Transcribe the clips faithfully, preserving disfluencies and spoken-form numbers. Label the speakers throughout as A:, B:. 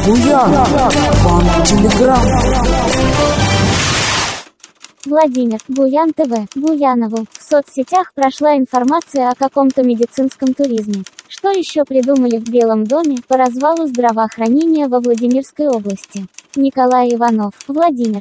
A: Буян, Банк Телеграм.
B: Владимир, Буян ТВ, Буянову. В соцсетях прошла информация о каком-то медицинском туризме. Что еще придумали в Белом доме по развалу здравоохранения во Владимирской области? Николай Иванов, Владимир.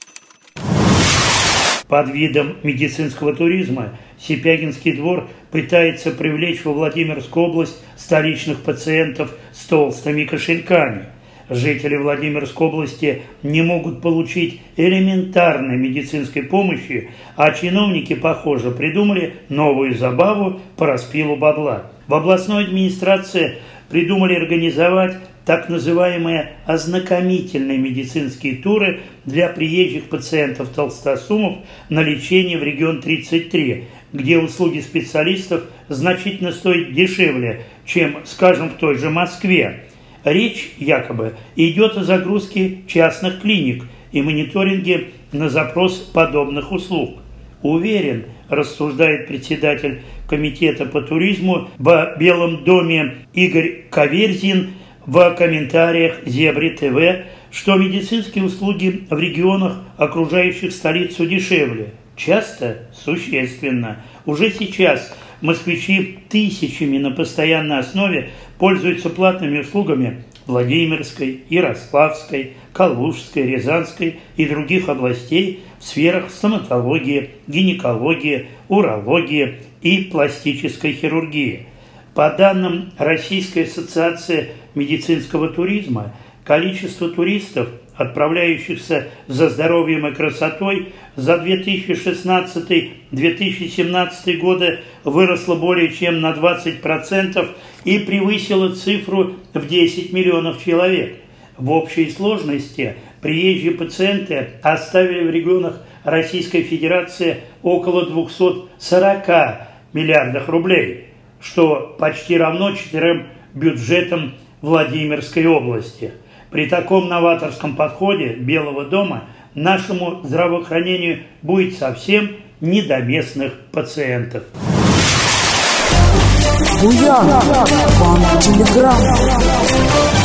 C: Под видом медицинского туризма Сипягинский двор пытается привлечь во Владимирскую область столичных пациентов с толстыми кошельками. Жители Владимирской области не могут получить элементарной медицинской помощи, а чиновники, похоже, придумали новую забаву по распилу бабла. В областной администрации придумали организовать так называемые ознакомительные медицинские туры для приезжих пациентов-толстосумов на лечение в регион тридцать три, где услуги специалистов значительно стоят дешевле, чем, скажем, в той же Москве. Речь якобы идет о загрузке частных клиник и мониторинге на запрос подобных услуг. Уверен, рассуждает председатель комитета по туризму в Белом доме Игорь Каверзин в комментариях Зебри ТВ, что медицинские услуги в регионах, окружающих столицу, дешевле. Часто, существенно. Уже сейчас москвичи тысячами на постоянной основе пользуются платными услугами Владимирской, Ярославской, Калужской, Рязанской и других областей в сферах стоматологии, гинекологии, урологии и пластической хирургии. По данным Российской ассоциации медицинского туризма, количество туристов, отправляющихся за здоровьем и красотой, за две тысячи шестнадцатый — две тысячи семнадцатый годы выросло более чем на двадцать процентов и превысило цифру в десять миллионов человек. В общей сложности приезжие пациенты оставили в регионах Российской Федерации около двухсот сорока миллиардов рублей, что почти равно четырем бюджетам Владимирской области. При таком новаторском подходе Белого дома нашему здравоохранению будет совсем не до местных пациентов.
A: Буян, Банк Телеграм.